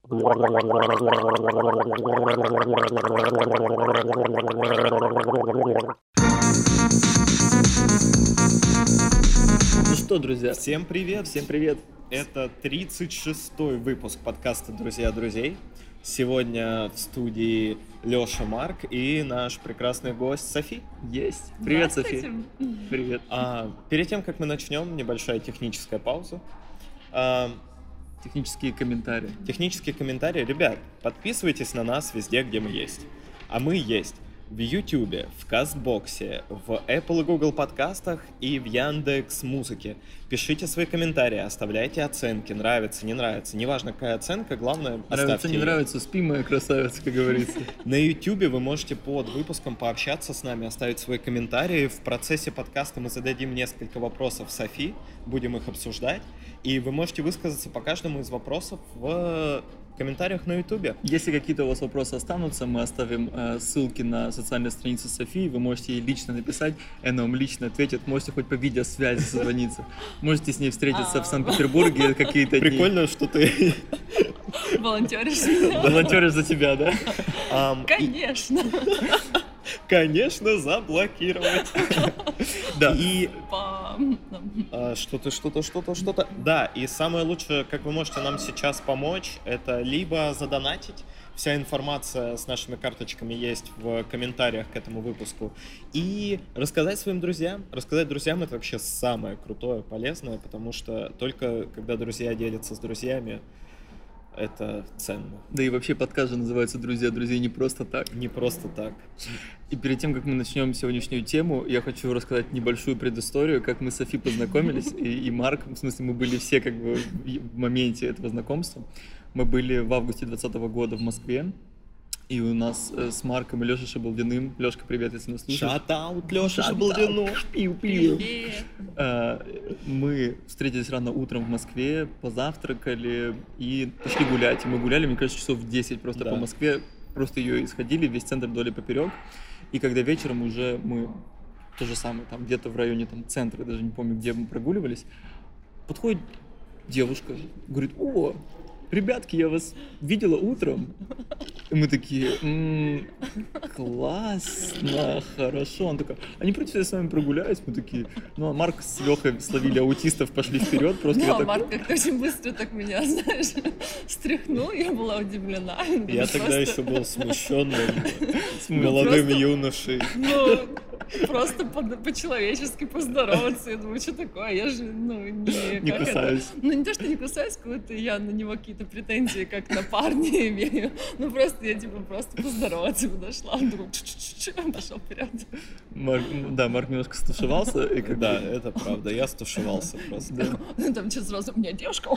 Ну что, друзья, Всем привет! всем привет. Это 36-й выпуск подкаста «Друзья друзей». Сегодня в студии Лёша, Марк и наш прекрасный гость Софи. Есть. Привет, Софи. Здравствуйте. Привет. Перед тем, как мы начнем, небольшая техническая пауза. Технические комментарии. Технические комментарии. Ребят, подписывайтесь на нас везде, где мы есть. А мы есть в YouTube, в Кастбоксе, в Apple и Google подкастах и в Яндекс.Музыке. Пишите свои комментарии, оставляйте оценки, нравится, не нравится. Неважно, какая оценка, главное, Нравится, оставьте не её. нравится, спи, моя красавица, как говорится. На YouTube вы можете под выпуском пообщаться с нами, оставить свои комментарии. В процессе подкаста мы зададим несколько вопросов Софи, будем их обсуждать. И вы можете высказаться по каждому из вопросов в комментариях на YouTube. Если какие-то у вас вопросы останутся, мы оставим ссылки на социальные страницы Софии. Вы можете ей лично написать, и она вам лично ответит. Можете хоть по видеосвязи созвониться. Можете с ней встретиться в Санкт-Петербурге какие-то дни. Прикольно, что ты Волонтеришь? Волонтеришь за тебя, да? Конечно. конечно, заблокировать. Да. И Пам. что-то. Да, и самое лучшее, как вы можете нам сейчас помочь, это либо задонатить. Вся информация с нашими карточками есть в комментариях к этому выпуску. И рассказать своим друзьям. Рассказать друзьям — это вообще самое крутое, полезное, потому что только когда друзья делятся с друзьями, это ценно. Да и вообще подкаст же называется «Друзья друзей» не просто так. Не просто так. И перед тем, как мы начнем сегодняшнюю тему, я хочу рассказать небольшую предысторию, как мы с Софи познакомились, и Марк, в смысле, мы были все как бы в моменте этого знакомства. Мы были в августе 2020 года в Москве, и у нас с Марком и Лешей Шабалдиным, Лешка, привет, если нас слушаешь. Шатаут, Лёша Shout Шабалдину. Пиу-пиу. Привет. Мы встретились рано утром в Москве, позавтракали и пошли гулять. И мы гуляли, мне кажется, часов 10 просто Да. по Москве, просто ее исходили, весь центр вдоль и поперек. И когда вечером уже мы то же самое, там где-то в районе там, центра, даже не помню, где мы прогуливались, подходит девушка, говорит: «О, ребятки, я вас видела утром». И мы такие: классно, хорошо. Он такой: а не против, я с вами прогуляюсь? Мы такие: ну, а Марк с Лехой словили аутистов, пошли вперед. Просто я Да, такой: Марк как-то очень быстро так меня, знаешь, стряхнул, я была удивлена. Я тогда Просто, еще был смущенным молодым Просто- юношей. Ну, просто по-человечески поздороваться. Я думаю, что такое? Я же, не как это? касаюсь. Ну, не то, что не касаюсь, какой-то я на него какие-то претензии, как на парня имею. Ну, просто я, типа, просто поздороваться подошла. Он такой, пошел вперед. Марк немножко стушевался. И как Да, бы- это правда, я стушевался просто. Ну, там что сразу, у меня девушка.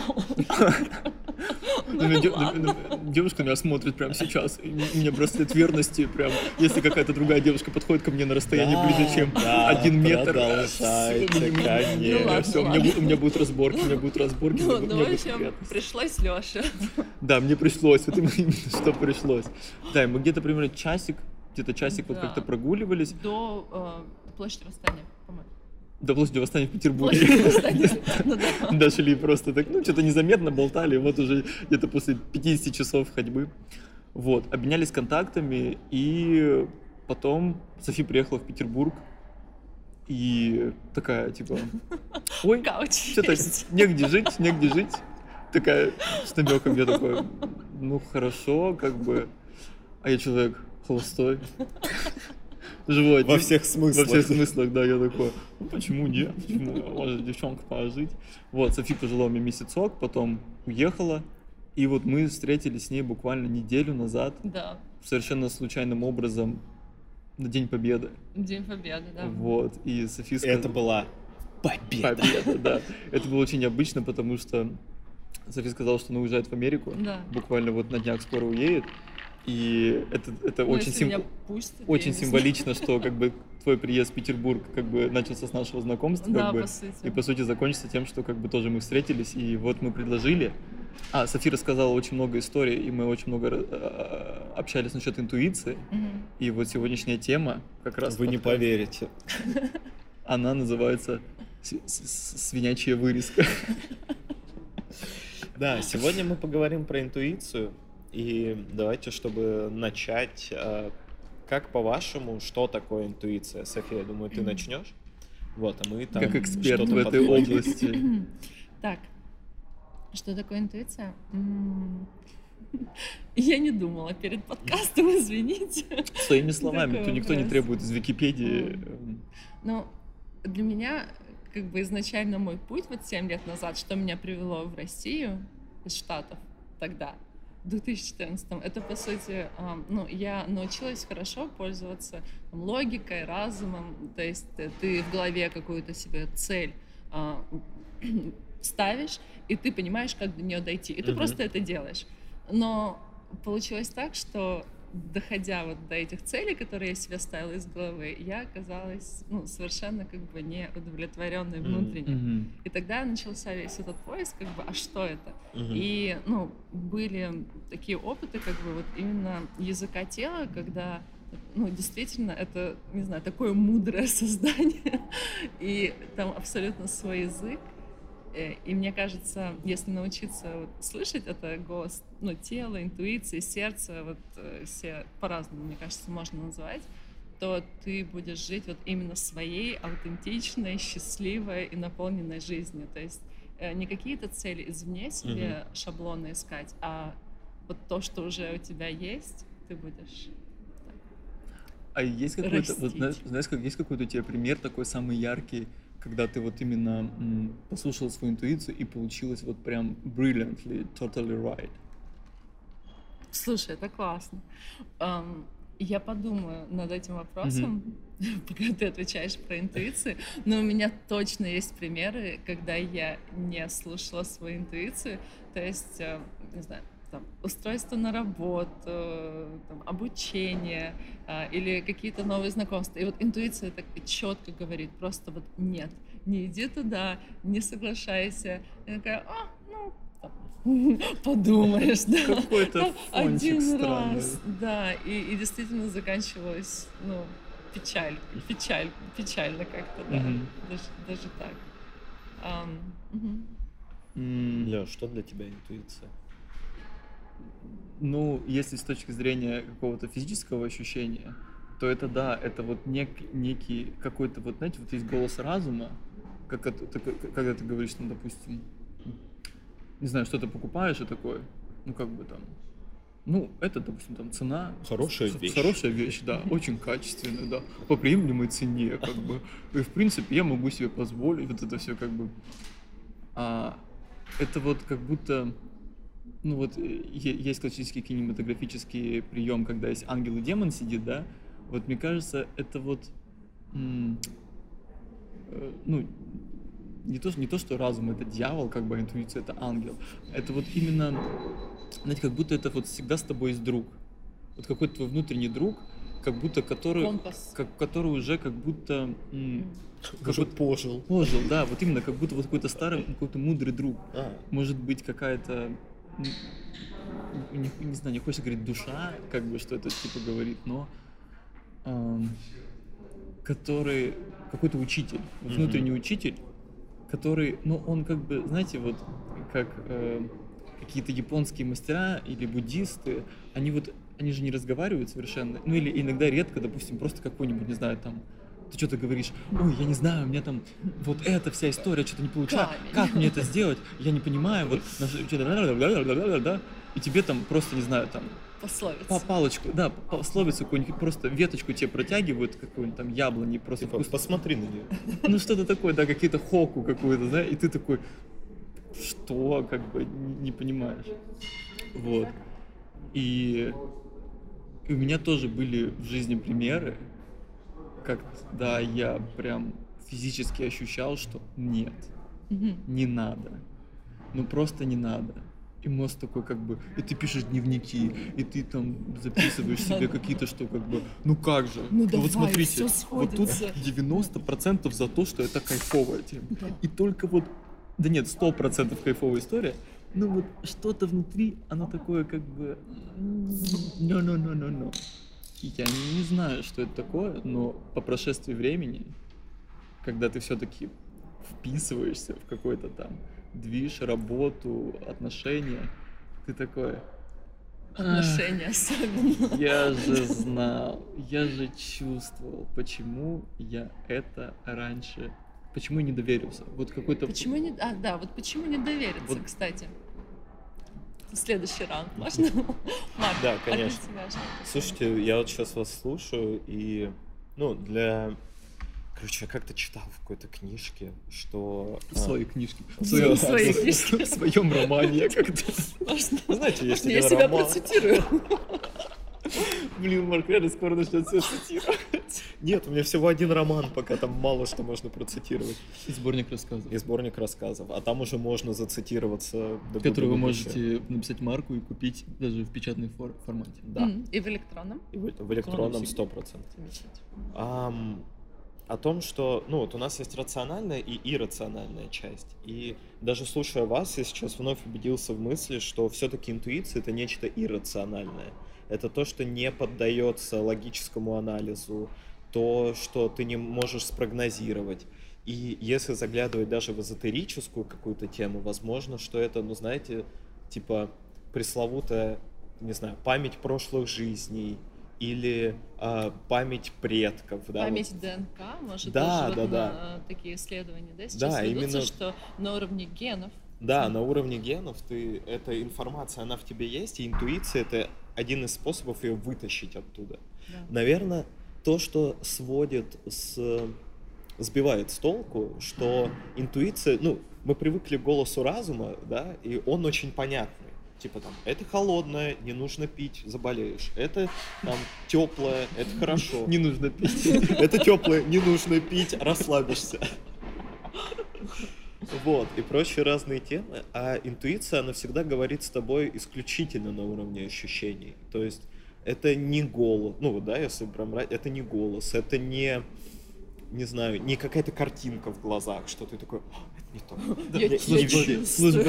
Девушка меня смотрит прямо сейчас. И мне браслет верности прям. Если какая-то другая девушка подходит ко мне на расстояние ближе, чем 1 метр. Продолжайте, Ну, конечно. ладно. Все, у меня будут разборки, Ну, мне ну, в будут общем, приятности. пришлось Лёше. Да, мне пришлось, вот именно что пришлось. Да, и мы где-то примерно часик вот Да. как-то прогуливались До площади Восстания, по-моему. до площади Восстания в Петербурге. Площадь Восстания. Ну да. Дошли просто так, что-то незаметно болтали, вот уже где-то после 50 часов ходьбы. Вот, обменялись контактами, и потом Софи приехала в Петербург, и такая, типа: ой, Кауч что-то есть. негде жить. Такая с намеком, я такой: ну хорошо, как бы. А я человек холостой. Живой. Во всех Во смыслах. всех смыслах, да, я такой: ну почему нет? Почему? Может, девчонка пожить. Вот, Софи пожила мне месяцок, потом уехала. И вот мы встретились с ней буквально неделю назад, Да, совершенно случайным образом, на День Победы. День Победы, да. Вот, и Софи сказала... Это была победа. Победа, да. Это было очень необычно, потому что Софи сказала, что она уезжает в Америку. Да. Буквально вот на днях скоро уедет. И это Ну, очень, если меня пустят, я очень не знаю. символично, что как бы твой приезд в Петербург как бы начался с нашего знакомства, Да, как бы, по сути. и по сути закончится тем, что как бы тоже мы встретились, и вот мы предложили. Софи рассказала очень много историй, и мы очень много общались насчет интуиции. Мгм. И вот сегодняшняя тема как раз Вы не подкаст, поверите. она называется «Свинячья вырезка». Да, сегодня мы поговорим про интуицию. И давайте, чтобы начать, как по-вашему, что такое интуиция? София, я думаю, ты начнешь. Вот, а мы там Как эксперт что-то в этой подхватим. области. Так, что такое интуиция? Я не думала перед подкастом, извините. Своими словами, Такой то никто не вопрос. требует из Википедии. Ну, для меня, как бы изначально мой путь вот 7 лет назад, что меня привело в Россию из Штатов тогда, в 2014, это, по сути, ну, я научилась хорошо пользоваться там, логикой, разумом, то есть ты в голове какую-то себе цель ставишь, и ты понимаешь, как до нее дойти, и ты просто это делаешь. Но получилось так, что доходя вот до этих целей, которые я себе ставила из головы, я оказалась совершенно как бы неудовлетворенной внутренне. И тогда начался весь этот поиск, как бы, а что это? И, были такие опыты, как бы, вот именно языка тела, когда, действительно, это, не знаю, такое мудрое создание, и там абсолютно свой язык. И мне кажется, если научиться вот слышать это голос, тела, интуиции, сердца, вот все по-разному, мне кажется, можно называть, то ты будешь жить вот именно своей аутентичной, счастливой и наполненной жизнью. То есть не какие-то цели извне себе шаблоны искать, а вот то, что уже у тебя есть, ты будешь А есть какой-то, вот, растить. знаешь, как есть какой-то у тебя пример такой самый яркий, когда ты вот именно послушал свою интуицию и получилось вот прям brilliantly, totally right? Слушай, это классно. Я подумаю над этим вопросом, пока ты отвечаешь про интуицию, но у меня точно есть примеры, когда я не слушала свою интуицию, то есть, не знаю, там, устройство на работу, там, обучение или какие-то новые знакомства. И вот интуиция так четко говорит, просто вот нет, не иди туда, не соглашайся. Я такая, подумаешь, да. Какой-то фончик Один странный. раз, да, и действительно заканчивалось, печально как-то, да, даже так. Лёш, что для тебя интуиция? Ну, если с точки зрения какого-то физического ощущения, то это да, это вот некий какой-то, вот знаете, вот есть голос разума, когда ты говоришь, допустим, не знаю, что ты покупаешь и такое, как бы там, это, допустим, там цена. Хорошая вещь. Хорошая вещь, да, очень качественная, да, по приемлемой цене, как бы. И, в принципе, я могу себе позволить вот это все, как бы. Это вот как будто, есть классический кинематографический прием, когда есть ангел и демон сидит, да, вот мне кажется, это вот, не то, что разум — это дьявол, как бы, интуиция — это ангел. Это вот именно, знаете, как будто это вот всегда с тобой есть друг. Вот какой-то твой внутренний друг, как будто который уже как будто... Уже пожил. Пожил, да, вот именно, как будто вот какой-то старый, какой-то мудрый друг. Может быть, какая-то, не знаю, не хочется говорить душа, как бы, что это типа говорит, но который, какой-то учитель, внутренний учитель, который, он как бы, знаете, вот как какие-то японские мастера или буддисты, они же не разговаривают совершенно, или иногда редко, допустим, просто какой-нибудь, не знаю, там, ты что-то говоришь, ой, я не знаю, у меня там вот эта вся история, что-то не получается, как мне это сделать, я не понимаю, вот, и тебе там просто, не знаю, там, пословица. Палочку, да, пословицу какую-нибудь, просто веточку тебе протягивают, какую-нибудь там яблони, просто... Типа, посмотри на нее. Что-то такое, да, какие-то хоку какую-то, да, и ты такой, что, как бы, не понимаешь. Вот. И у меня тоже были в жизни примеры, когда я прям физически ощущал, что нет, не надо, просто не надо. И мозг такой, как бы, и ты пишешь дневники, и ты там записываешь себе какие-то, что как бы, как же, давай, вот смотрите, всё вот тут сходится. 90% за то, что это кайфовая тема. Да. И только вот, 100% кайфовая история, вот что-то внутри, оно такое, как бы, no. Я не знаю, что это такое, но по прошествии времени, когда ты все-таки вписываешься в какой-то там движ, работу, отношения. Ты такой... Отношения особенно. Я же знал, я же чувствовал, почему я это раньше... Почему я не доверился? Вот какой-то... Почему не... да, вот почему не довериться, Вот. кстати. Следующий раунд, можно? Марк, Да, а для конечно. тебя что? Слушайте, я вот сейчас вас слушаю, и, короче, я как-то читал в какой-то книжке, что... В своей книжке. В В своей книжке. В своем романе я как-то... Можно? Знаете, есть Я один себя роман. процитирую. Блин, Марк реально скоро начнет все цитировать. Нет, у меня всего один роман, пока там мало что можно процитировать. И сборник рассказов. И сборник рассказов. А там уже можно зацитироваться. до Который вы будущего. можете написать Марку и купить даже в печатном формате. Да. И в электронном? И в электронном всегда. 100%. Замечательно. О том, что, вот у нас есть рациональная и иррациональная часть. И даже слушая вас, я сейчас вновь убедился в мысли, что все-таки интуиция — это нечто иррациональное. Это то, что не поддается логическому анализу, то, что ты не можешь спрогнозировать. И если заглядывать даже в эзотерическую какую-то тему, возможно, что это, знаете, типа пресловутая, не знаю, память прошлых жизней, или память предков. Да, Память ДНК, может, Да, тоже да. такие исследования, да, сейчас Да, ведутся, именно- что на уровне генов. Да, на уровне генов эта информация, она в тебе есть, и интуиция — это один из способов ее вытащить оттуда. Да. Наверное, то, что сбивает с толку, что интуиция, мы привыкли к голосу разума, да, и он очень понятный. Типа там, это холодное, не нужно пить, заболеешь. Это там теплое, это хорошо. Не нужно пить. Это теплое, не нужно пить, расслабишься. Вот, и прочие разные темы. А интуиция, она всегда говорит с тобой исключительно на уровне ощущений. То есть это не голос, если прям брать, это не голос, это не знаю, не какая-то картинка в глазах, что ты такой, это не то. Я чувствую.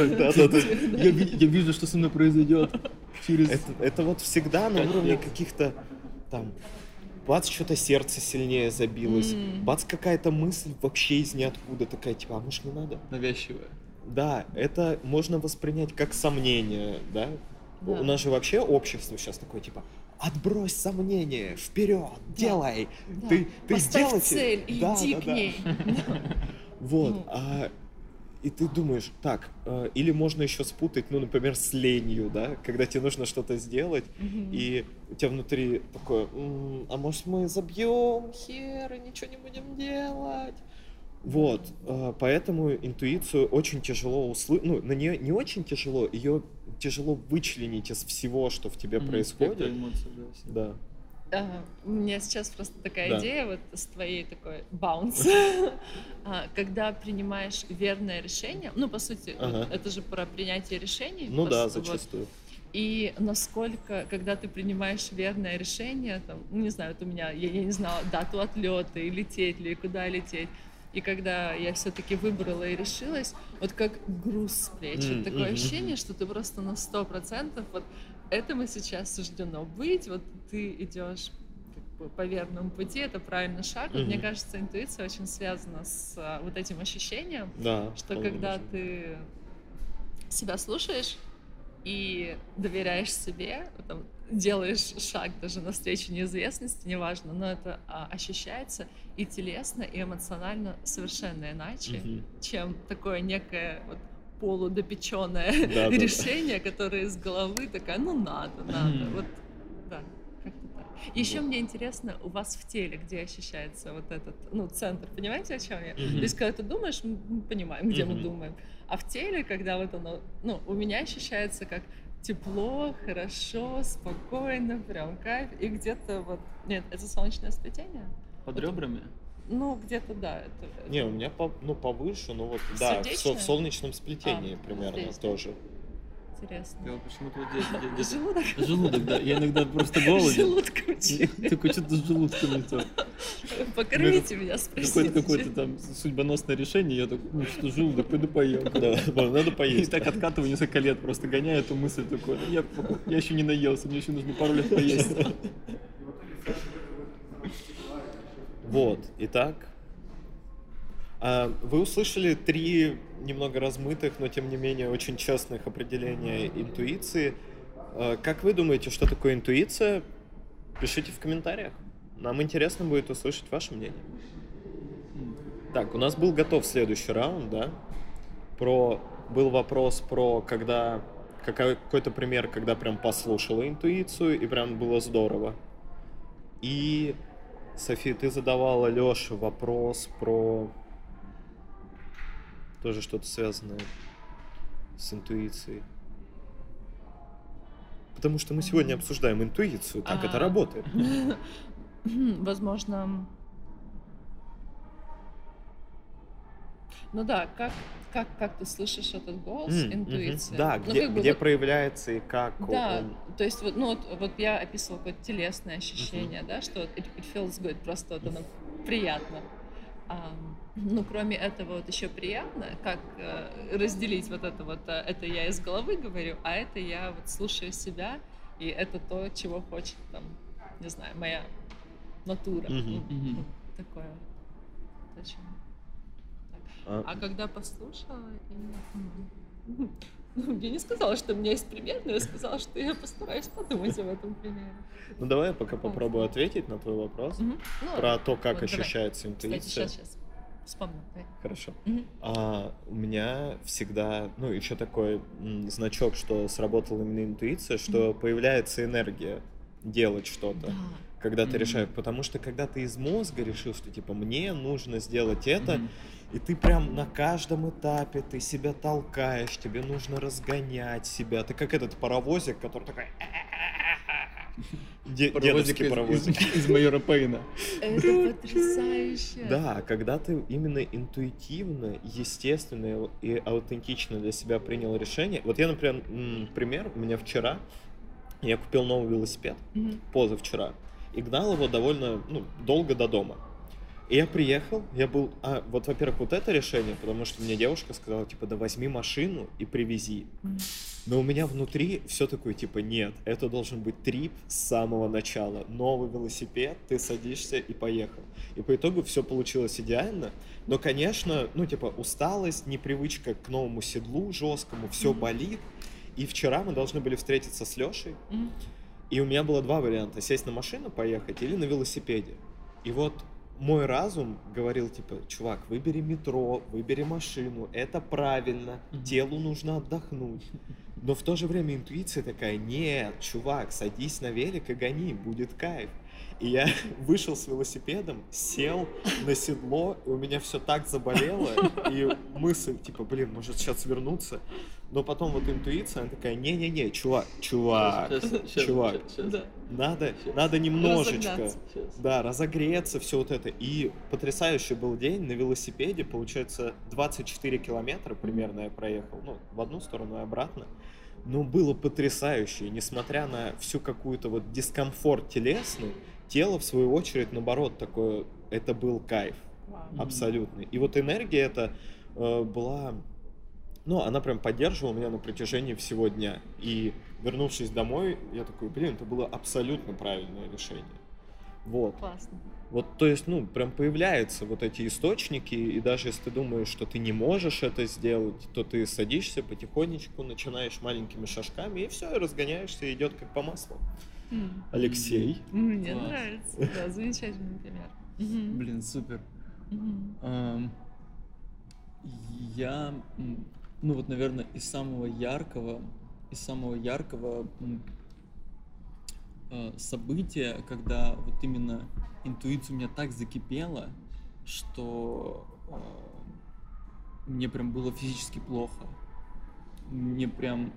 Я вижу, что со мной произойдет через... Это вот всегда на уровне каких-то там, бац, что-то сердце сильнее забилось, бац, какая-то мысль вообще из ниоткуда такая, типа, а может не надо? Навязчивое. Да, это можно воспринять как сомнение, да? Да. У нас же вообще общество сейчас такое, типа, отбрось сомнения, вперед, делай. Да. Ты Поставь делайте. цель и Да, иди да, к да. ней. Вот, Ну. и ты думаешь, так, или можно еще спутать, например, с ленью, да, когда тебе нужно что-то сделать, и у тебя внутри такое, а может мы забьем хер и ничего не будем делать? Вот, поэтому интуицию очень тяжело услышать, на нее не очень тяжело, ее тяжело вычленить из всего, что в тебе происходит. Да. У меня сейчас просто такая Да. идея вот с твоей такой баунс. Когда принимаешь верное решение, по сути, Ага. это же про принятие решений. Да, Вот. зачастую. И насколько, когда ты принимаешь верное решение, там, не знаю, вот у меня, я не знала дату отлета, и лететь ли, и куда лететь. И когда я все-таки выбрала и решилась, вот как груз с плеч. Вот такое ощущение, что ты просто на 100%, вот этому сейчас суждено быть, вот ты идешь по верному пути, это правильный шаг. Вот мне кажется, интуиция очень связана с вот этим ощущением, Да. что вполне когда возможно. ты себя слушаешь и доверяешь себе, там, делаешь шаг даже навстречу неизвестности, неважно, но это ощущается и телесно, и эмоционально совершенно иначе, чем такое некое вот полудопеченное Да. решение, которое из головы такая, надо. Вот, да, как-то так. Еще мне интересно, у вас в теле, где ощущается вот этот, центр, понимаете, о чем я? То есть, когда ты думаешь, мы понимаем, где мы думаем, а в теле, когда вот оно, у меня ощущается как тепло, хорошо, спокойно, прям кайф, и где-то вот, нет, это солнечное сплетение? Под ребрами? Где-то, да. Это... Не, у меня повыше, да, в Сердечное? солнечном сплетении примерно здесь, да? тоже. Интересно. Я вот почему-то вот здесь... Желудок? Желудок, да. Я иногда просто голоден. Желудком Такой, что-то с желудком не то. Покормите меня, спросите. Какое-то там судьбоносное решение, я такой, что желудок, пойду поем. Да, надо И поесть. так откатываю несколько лет, просто гоняю эту мысль такой, я еще не наелся, мне еще нужно пару лет поесть. Вот, итак, Вы услышали 3 немного размытых, но тем не менее очень честных определения интуиции. Как вы думаете, что такое интуиция? Пишите в комментариях. Нам интересно будет услышать ваше мнение. Так, у нас был готов следующий раунд, да? Был вопрос про какой-то пример, когда прям послушала интуицию и прям было здорово. И, София, ты задавала Лёше вопрос про тоже что-то связанное с интуицией. Потому что мы сегодня обсуждаем интуицию, как это работает. Возможно... Ну да, как ты слышишь этот голос, интуиция. Да, где проявляется и как да, он... то есть вот я описывала какое-то телесное ощущение, да, что it feels good, просто вот оно приятно. Ну, кроме этого, вот еще приятно, как разделить вот это я из головы говорю, а это я вот слушаю себя, и это то, чего хочет, там, не знаю, моя натура. Такое. Точно. А когда послушала, я не сказала, что у меня есть пример, но я сказала, что я постараюсь подумать об этом примере. Ну, давай я пока попробую ответить на твой вопрос про то, как ощущается интуиция. Кстати, сейчас вспомню. Хорошо. У меня всегда, еще такой значок, что сработала именно интуиция, что появляется энергия делать что-то. Да. Когда ты решаешь, потому что когда ты из мозга решил, что типа мне нужно сделать это, и ты прям на каждом этапе ты себя толкаешь, тебе нужно разгонять себя, ты как этот паровозик, который такой дедовский паровозик из Майора Пейна. Это потрясающе. Да, когда ты именно интуитивно, естественно и аутентично для себя принял решение. Вот я, например, пример, у меня вчера я купил новый велосипед, позавчера, и гнал его довольно долго до дома. И я приехал, я был... вот, во-первых, вот это решение, потому что мне девушка сказала, типа, да возьми машину и привези. Но у меня внутри все такое, типа, нет, это должен быть трип с самого начала. Новый велосипед, ты садишься и поехал. И по итогу все получилось идеально. Но, конечно, усталость, непривычка к новому седлу жесткому, все болит. И вчера мы должны были встретиться с Лешей. И у меня было 2 варианта: сесть на машину, поехать, или на велосипеде. И вот мой разум говорил, типа, чувак, выбери метро, выбери машину, это правильно, телу нужно отдохнуть. Но в то же время интуиция такая, нет, чувак, садись на велик и гони, будет кайф. И я вышел с велосипедом, сел на седло, и у меня все так заболело, и мысль, типа, может сейчас вернуться. Но потом вот интуиция, она такая, не-не-не, чувак, надо немножечко, разогреться, все вот это. И потрясающий был день на велосипеде, получается, 24 километра примерно я проехал, в одну сторону и обратно. Но было потрясающе, и несмотря на всю какую-то вот дискомфорт телесный, тело, в свою очередь, наоборот, такое, это был кайф, абсолютный. И вот энергия эта была... она прям поддерживала меня на протяжении всего дня. И вернувшись домой, я такой, это было абсолютно правильное решение. Вот. Классно. Вот, то есть, прям появляются вот эти источники, и даже если ты думаешь, что ты не можешь это сделать, то ты садишься потихонечку, начинаешь маленькими шажками, и все, и разгоняешься, и идет как по маслу. Алексей. Мне нравится, да, замечательный пример. Блин, супер. Я, наверное, из самого яркого события, когда вот именно интуиция у меня так закипела, что мне прям было физически плохо. Мне прям,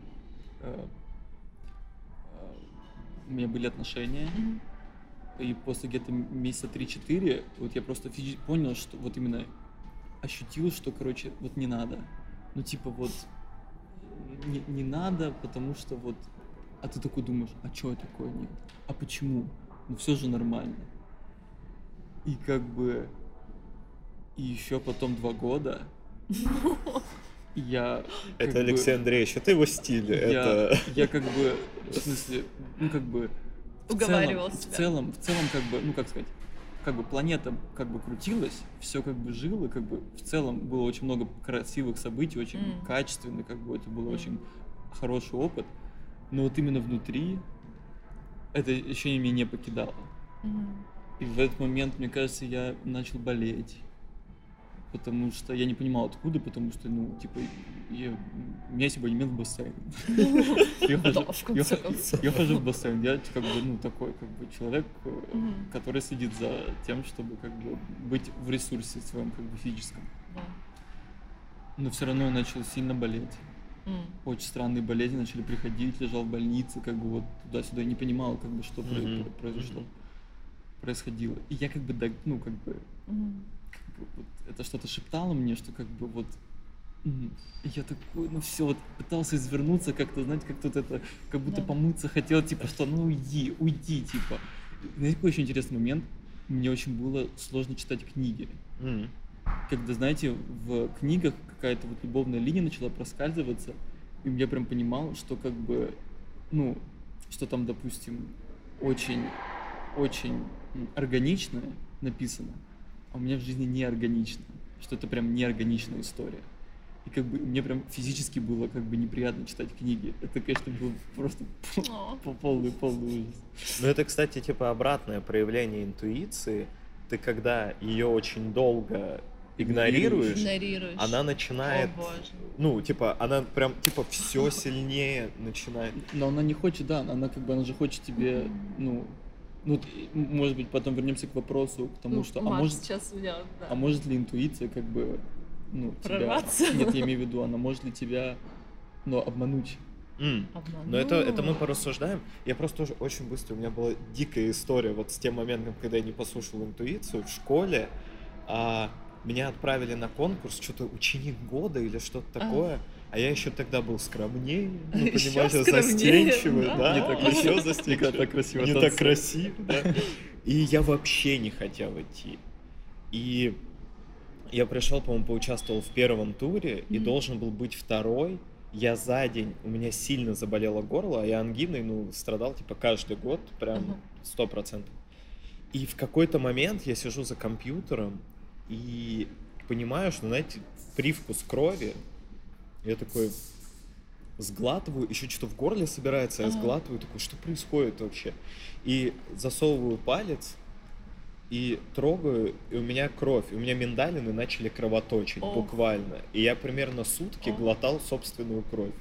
у меня были отношения, и после где-то месяца 3-4 вот я просто понял, что вот именно ощутил, что, вот не надо. Не надо, потому что вот... А ты такой думаешь, а что такое нет? А почему? Все же нормально. И И еще потом 2 года я... Это Алексей Андреевич, это его стиль. Я в смысле, уговаривал себя. В целом, как сказать, как бы планета как бы крутилась, все как бы жило, как бы в целом было очень много красивых событий, очень качественных, как бы это был очень хороший опыт, но вот именно внутри это ощущение меня не покидало. И в этот момент, мне кажется, я начал болеть, потому что я не понимал откуда, потому что, ну, типа, у меня есть абонемент в бассейн. Я хожу в бассейн, я как бы, ну, такой, как бы, человек, который следит за тем, чтобы, как бы, быть в ресурсе своем, как бы, физическом. Но все равно я начал сильно болеть. Очень странные болезни начали приходить, лежал в больнице, как бы, вот туда-сюда, я не понимал, как бы, что произошло. Происходило. И я как бы, ну, как бы, вот, это что-то шептало мне, что как бы вот я такой, ну все, вот пытался извернуться как-то, знаете, как тут это, как будто помыться хотел, типа, что ну уйди, типа. Знаете, какой очень интересный момент? Мне очень было сложно читать книги. Когда, знаете, в книгах какая-то вот любовная линия начала проскальзываться, и я прям понимал, что как бы, ну, что там, допустим, очень органично написано, а у меня в жизни неорганично, что это прям неорганичная история. И как бы мне прям физически было как бы неприятно читать книги. Это, конечно, был просто полный ужас. Ну это, кстати, типа обратное проявление интуиции. Ты когда ее очень долго игнорируешь, она начинает, ну, типа, она прям, типа, все сильнее начинает. Но она не хочет, да, она как бы, она же хочет тебе, ну, может быть, потом вернемся к вопросу, к тому, что, а может ли интуиция как бы, ну, прорваться? Тебя, нет, я имею в виду, она может ли тебя, ну, обмануть? Но это мы порассуждаем. Я просто тоже очень быстро, у меня была дикая история вот с тем моментом, когда я не послушал интуицию в школе, меня отправили на конкурс, что-то ученик года или что-то такое, а я еще тогда был скромнее, ну, понимаете, застенчивый, да, не так красиво, да. И я вообще не хотел идти. И я пришел, по-моему, поучаствовал в первом туре и должен был быть второй. Я за день, у меня сильно заболело горло, а я ангиной, ну, страдал, типа, каждый год, прям 100%. И в какой-то момент я сижу за компьютером и понимаю, что, знаете, привкус крови, я такой сглатываю, еще что-то в горле собирается, я сглатываю, такой, что происходит вообще? И засовываю палец, и трогаю, и у меня кровь, у меня миндалины начали кровоточить буквально. И я примерно сутки глотал собственную кровь.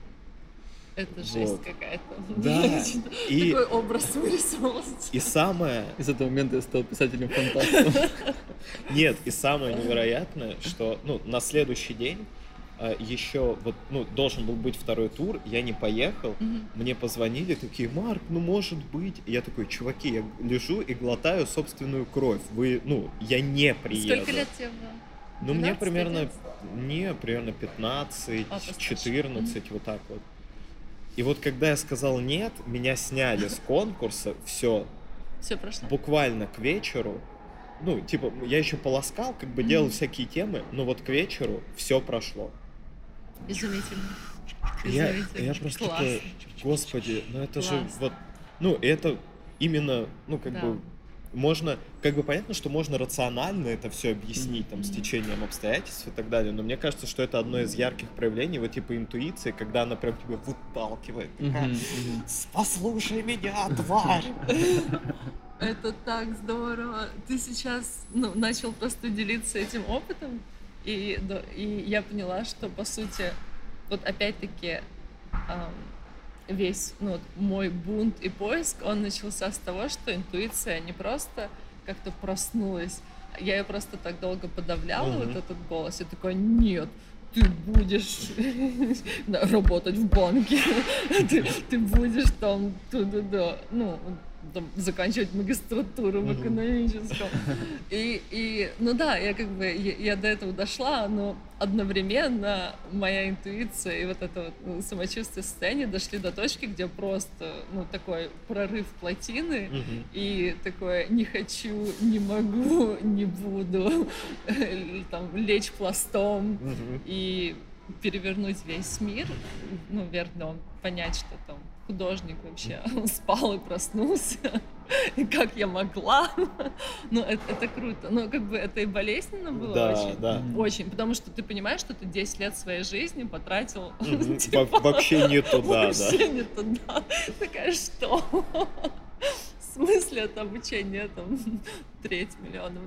Это жесть какая-то. Да. И такой образ вырисовался. И самое... И с этого момента я стал писателем-фантастом. Нет, и самое невероятное, что, ну, на следующий день еще вот, ну, должен был быть второй тур, я не поехал, мне позвонили, такие, Марк, ну, может быть. И я такой, чуваки, я лежу и глотаю собственную кровь, я не приеду. Сколько лет тебе было? Ну, мне примерно 15, 14, вот так вот. И вот когда я сказал нет, меня сняли с конкурса, все прошло. Буквально к вечеру, ну, типа, я еще полоскал, как бы делал всякие темы, но вот к вечеру все прошло. Изумительно. Я просто такой, господи, ну это же вот, ну, это именно, ну, как бы, можно, как бы понятно, что можно рационально это все объяснить, там, с течением обстоятельств и так далее, но мне кажется, что это одно из ярких проявлений вот типа интуиции, когда она прям тебя выталкивает, такая, послушай меня, тварь! Это так здорово. Ты сейчас, ну, начал просто делиться этим опытом, и я поняла, что, по сути, вот опять-таки весь, ну, мой бунт и поиск, он начался с того, что интуиция не просто как-то проснулась, я ее просто так долго подавляла, вот этот голос, я такой, нет, ты будешь работать в банке, ты будешь там, ну, там, заканчивать магистратуру в экономическом. И, ну да, я как бы, я до этого дошла, но одновременно моя интуиция и вот это вот самочувствие в состоянии дошли до точки, где просто, ну, такой прорыв плотины, и такое не хочу, не могу, не буду, там, лечь пластом, и перевернуть весь мир, ну, вверх дном, понять, что там художник вообще спал и проснулся, и как я могла. Ну, это круто. Ну, как бы это и болезненно было очень. Да. Очень, потому что ты понимаешь, что ты 10 лет своей жизни потратил Вообще не туда, вообще не туда. Такая, что? В смысле это обучение там $3 миллиона?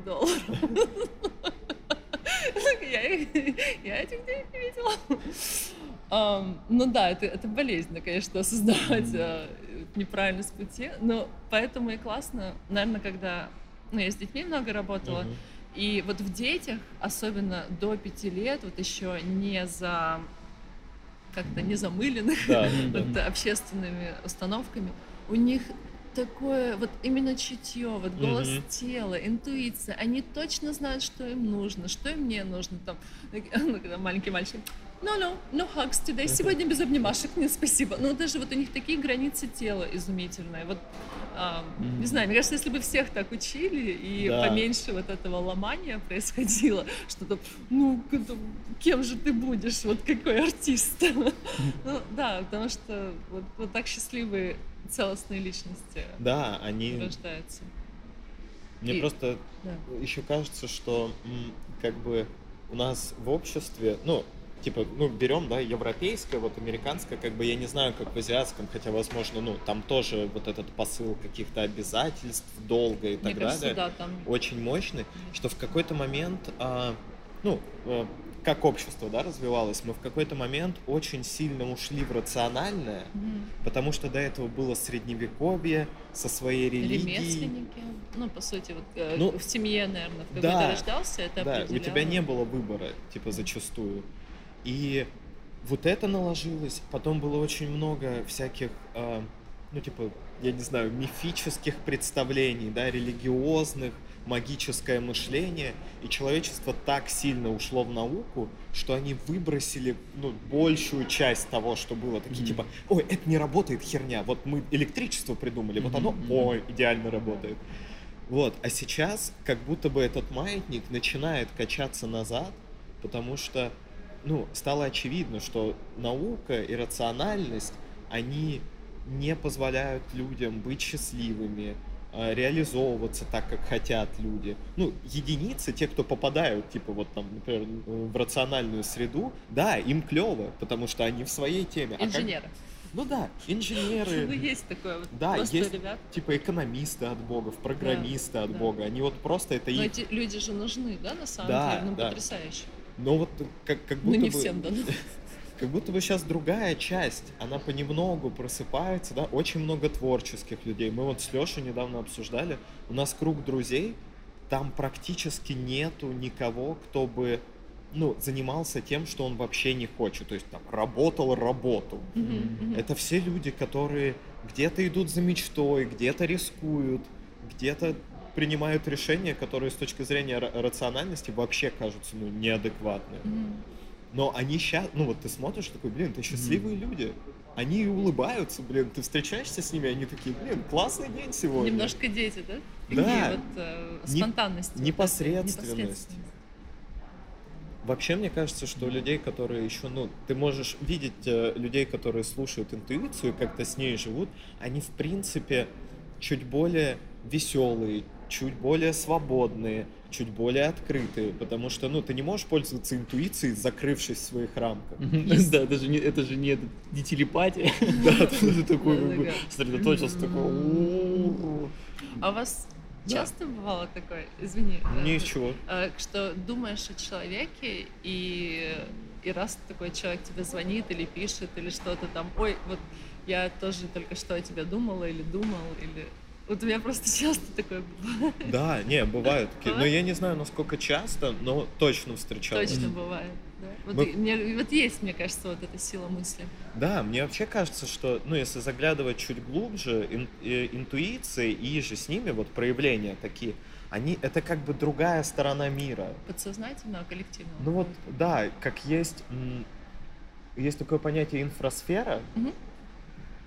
Я этих денег не видела. Ну да, это болезненно, конечно, осознавать неправильность пути, но поэтому и классно, наверное, когда я с детьми много работала, и вот в детях, особенно до 5 лет, вот еще не замыленных вот, общественными установками, у них такое вот именно чутье, вот голос тела, интуиция, они точно знают, что им нужно, что им не нужно. Там, когда маленький мальчик, no hugs today, сегодня без обнимашек, нет, спасибо. Ну, даже вот у них такие границы тела изумительные. Вот, не знаю, мне кажется, если бы всех так учили, и поменьше вот этого ломания происходило, что-то, кем же ты будешь, вот какой артист. Ну, да, потому что вот так счастливые целостные личности они рождаются. Мне просто еще кажется, что как бы у нас в обществе, берем, европейское, вот американское, как бы я не знаю, как в азиатском, хотя, возможно, там тоже вот этот посыл каких-то обязательств, долга и так далее, там очень мощный, что в какой-то момент, как общество, развивалось, мы в какой-то момент очень сильно ушли в рациональное, потому что до этого было средневековье со своей религией. Ремесленники, по сути, в семье, наверное, в какой ты рождался, это определяло. У тебя не было выбора, зачастую. И вот это наложилось, потом было очень много всяких, я не знаю, мифических представлений, религиозных, магическое мышление, и человечество так сильно ушло в науку, что они выбросили большую часть того, что было. Такие типа, ой, это не работает, херня, вот мы электричество придумали, вот оно, идеально работает. Вот, а сейчас как будто бы этот маятник начинает качаться назад, потому что, стало очевидно, что наука и рациональность, они не позволяют людям быть счастливыми, реализовываться так, как хотят люди. Единицы, те, кто попадают, например, в рациональную среду, им клево, потому что они в своей теме. Инженеры. Инженеры. Есть такое вот. Есть ребят. Экономисты от богов, программисты от бога. Они вот просто это Но эти люди же нужны, на самом деле? Потрясающе. Но вот как будто не бы... всем дано. Как будто бы сейчас другая часть, она понемногу просыпается, очень много творческих людей. Мы вот с Лешей недавно обсуждали, у нас круг друзей, там практически нету никого, кто бы, занимался тем, что он вообще не хочет, то есть там работал работу. Это все люди, которые где-то идут за мечтой, где-то рискуют, где-то принимают решения, которые с точки зрения рациональности вообще кажутся неадекватными. Но они сейчас, ты смотришь, такой, это счастливые люди. Они улыбаются, ты встречаешься с ними, они такие, классный день сегодня. Немножко дети, да? Да. Спонтанность. Непосредственность. Вообще, мне кажется, что людей, которые еще, ты можешь видеть людей, которые слушают интуицию и как-то с ней живут, они, в принципе, чуть более веселые, чуть более свободные, чуть более открытые, потому что, ты не можешь пользоваться интуицией, закрывшись в своих рамках. Да, это же не телепатия. Да, ты такой сосредоточился, такой... А у вас часто бывало такое, извини, ничего, что думаешь о человеке, и раз такой человек тебе звонит или пишет, или что-то там, ой, вот я тоже только что о тебе думала или думал, или... Вот у меня просто часто такое бывает. Да, бывают такие. Но я не знаю, насколько часто, но точно встречалось. Точно бывает, да. Вот есть, мне кажется, вот эта сила мысли. Да, мне вообще кажется, что, если заглядывать чуть глубже, интуиция и же с ними вот проявления такие, это как бы другая сторона мира. Подсознательного, коллективного. Как есть такое понятие инфрасфера,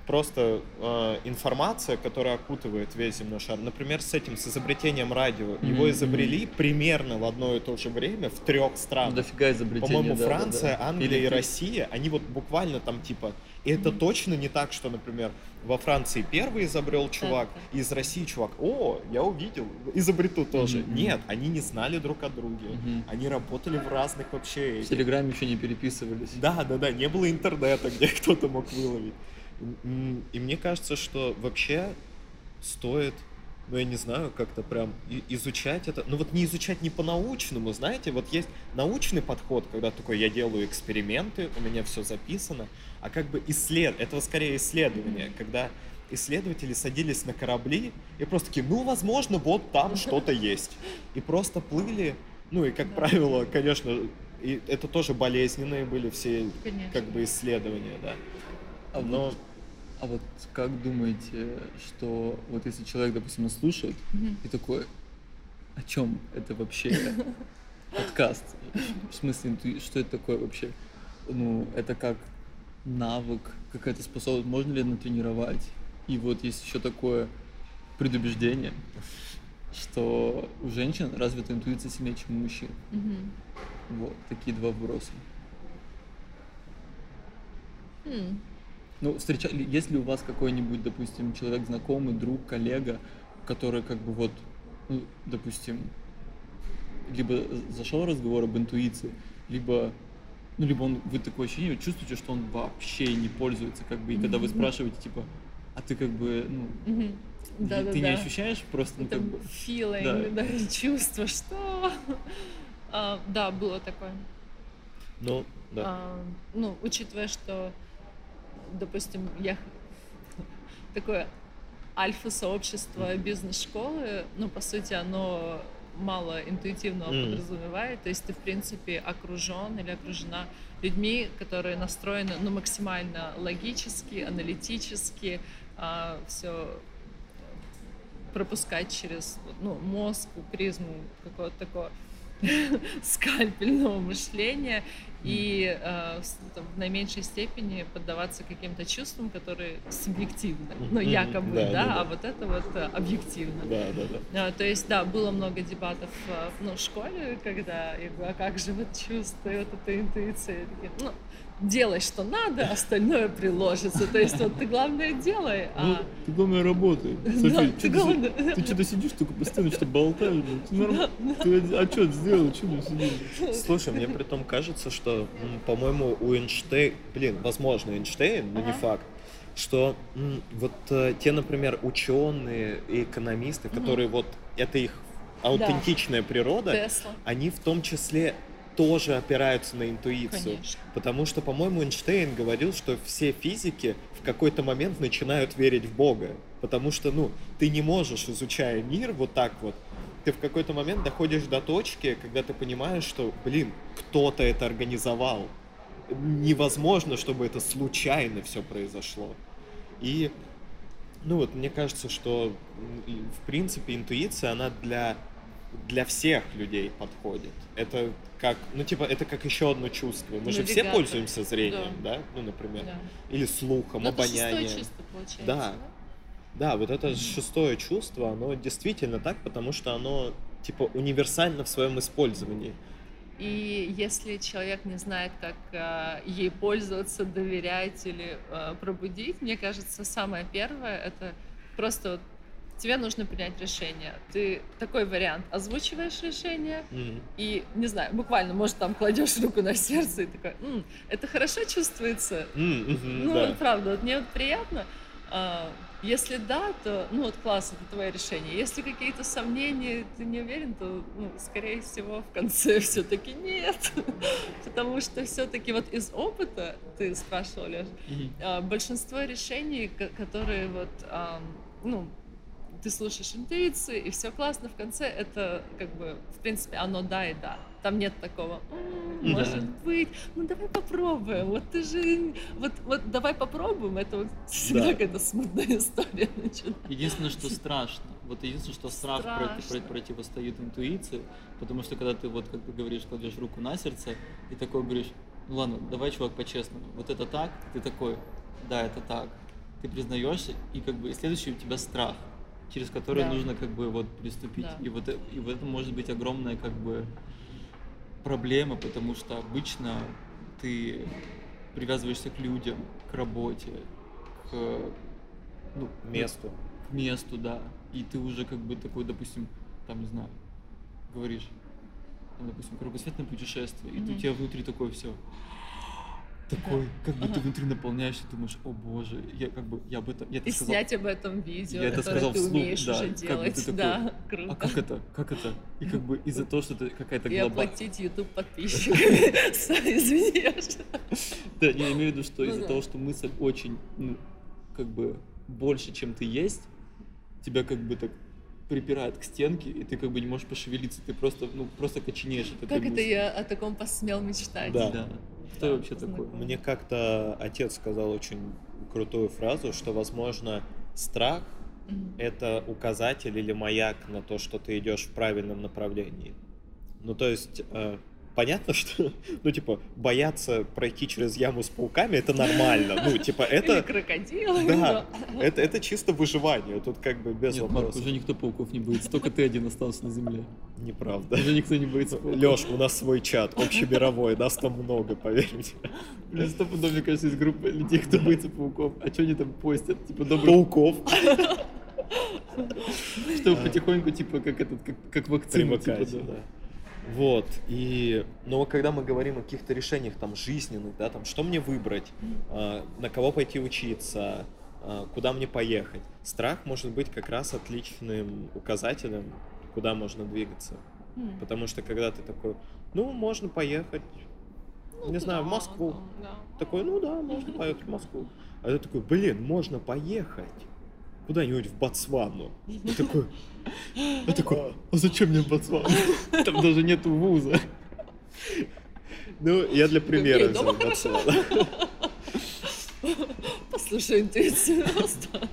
просто информация, которая окутывает весь земной шар. Например, с изобретением радио. Его изобрели примерно в одно и то же время в 3 странах. Дофига изобретений. По-моему, Франция, Англия и Россия, они вот буквально там типа... И это точно не так, что, например, во Франции первый изобрел чувак, и из России чувак, я увидел, изобрету тоже. Нет, они не знали друг о друге. Они работали в разных вообще... В Телеграме еще не переписывались. Да, не было интернета, где кто-то мог выловить. И мне кажется, что вообще стоит, я не знаю, как-то прям изучать это. Ну вот не изучать не по-научному, знаете, вот есть научный подход, когда такой, я делаю эксперименты, у меня все записано, а как бы это скорее исследование, когда исследователи садились на корабли и просто такие, возможно, вот там что-то есть. И просто плыли, и, как правило, конечно, и это тоже болезненные были все, как бы, исследования, да. А вот как думаете, что вот если человек, допустим, нас слушает и такой, о чем это вообще подкаст? В смысле, что это такое вообще? Это как навык, какая-то способность, можно ли натренировать? И вот есть еще такое предубеждение, что у женщин развита интуиция сильнее, чем у мужчин. Вот, такие 2 вопроса. Есть ли у вас какой-нибудь, допустим, человек знакомый, друг, коллега, который как бы вот, допустим, либо зашел разговор об интуиции, либо вы такое ощущение, чувствуете, что он вообще не пользуется, как бы, и когда вы спрашиваете, типа, а ты как бы, ты не ощущаешь просто, это как бы... feeling, чувство, что... Да, было такое. Учитывая, что, допустим, я такое альфа-сообщество бизнес-школы, по сути, оно мало интуитивного подразумевает, то есть ты, в принципе, окружен или окружена людьми, которые настроены, максимально логически, аналитически, все пропускать через, мозг, призму какого-то такого скальпельного мышления и в наименьшей степени поддаваться каким-то чувствам, которые субъективны, якобы, а вот это вот объективно. То есть, было много дебатов в школе, когда я говорю, а как же вот чувство, и вот эта интуиция, делай, что надо, остальное приложится. То есть, вот ты главное делай, Ты главное работай. Софи, ты что-то сидишь, только постоянно что-то болтаешь. Ты отчет сделал, что ты сидишь? Слушай, мне при том кажется, что, по-моему, у Эйнштейна, возможно, Эйнштейн, но не факт, что вот те, например, ученые и экономисты, которые вот, это их аутентичная природа, Тесла. Они в том числе тоже опираются на интуицию. Конечно. Потому что, по-моему, Эйнштейн говорил, что все физики в какой-то момент начинают верить в Бога. Потому что, ты не можешь, изучая мир вот так вот, ты в какой-то момент доходишь до точки, когда ты понимаешь, что, кто-то это организовал. Невозможно, чтобы это случайно все произошло. И, мне кажется, что, в принципе, интуиция, она для всех людей подходит. Это как, это как еще одно чувство. Мы же все пользуемся зрением, да? Например. Да. Или слухом, обонянием. Это 6-е чувство, получается. Да, вот это 6-е чувство, оно действительно так, потому что оно, универсально в своем использовании. И если человек не знает, как ей пользоваться, доверять или пробудить, мне кажется, самое первое — это просто тебе нужно принять решение. Ты такой вариант озвучиваешь решение и, не знаю, буквально, может, там кладешь руку на сердце и такой, это хорошо чувствуется? Правда, вот мне вот приятно. Если да, то, класс, это твое решение. Если какие-то сомнения, ты не уверен, то, скорее всего, в конце все-таки нет. Потому что все-таки вот из опыта, ты спрашивал, Леша, большинство решений, которые вот, ты слушаешь интуицию, и все классно, в конце это, как бы, в принципе, оно да и да. Там нет такого, может быть, давай попробуем, вот ты же, вот давай попробуем, это вот всегда какая-то смутная история начинается. Единственное, что страшно, страх противостоит интуиции, потому что когда ты, вот, как ты говоришь, кладешь руку на сердце, и такой говоришь, ладно, давай, чувак, по-честному, вот это так, ты такой, да, это так. ты признаешься, и как бы следующий у тебя страх, через который Да. нужно как бы вот приступить. Да. И вот и в этом может быть огромная как бы проблема, потому что обычно ты привязываешься к людям, к работе, к, ну, Месту. к месту, да. И ты уже как бы такой, допустим, там, не знаю, говоришь, там, допустим, кругосветное путешествие, и у тебя внутри такое все. Такой, как бы ты внутри наполняешься, думаешь, о боже, я как бы, я об этом, я это И сказал. снять об этом видео, Я это которое сказал ты вслух, умеешь да, уже как бы ты делать. такой, Да, круто. А как это? Как это? И как бы из-за того, что это какая-то И глобальная... оплатить YouTube подписчиками. Извини, я же- Да, я имею в виду, что Ну из-за да. того, что мысль очень, ну, как бы больше, чем ты есть, тебя как бы так припирает к стенке, и ты как бы не можешь пошевелиться, ты просто, ну, просто коченеешь от этой Как это мысли. я о таком посмел мечтать? Да. Да. Кто Да, вообще такой? знакомо. Мне как-то отец сказал очень крутую фразу, что, возможно, страх Мгм. — это указатель или маяк на то, что ты идешь в правильном направлении. Ну, то есть, понятно, что, ну, типа, бояться пройти через яму с пауками — это нормально. Ну, типа, Или это... крокодилы. Да, но- это чисто выживание, тут как бы без Нет, Марк, вопросов. уже никто пауков не боится, только ты один остался на земле. Неправда. Уже никто не боится пауков. Лёш, у нас свой чат, общемировой, нас там много, поверьте. Блин, стопудово, мне кажется, есть группа людей, кто боится пауков. А что они там постят? Типа добрый... Пауков. Чтобы потихоньку, типа, как этот, как вакцина, типа, Привыкать, да. да. Вот, и, но когда мы говорим о каких-то решениях там жизненных, да, там, что мне выбрать, на кого пойти учиться, куда мне поехать, страх может быть как раз отличным указателем, куда можно двигаться. М. Потому что когда ты такой, ну, можно поехать, Ну, не знаю, в да, Москву. да. Такой, ну да, можно поехать в Москву. А ты такой, блин, можно поехать куда-нибудь в Ботсвану. И такой, Я такой, а зачем мне Ботсвана? Там даже нету вуза. ну, я для примера взял дома Ботсвану. Послушай интуицию просто.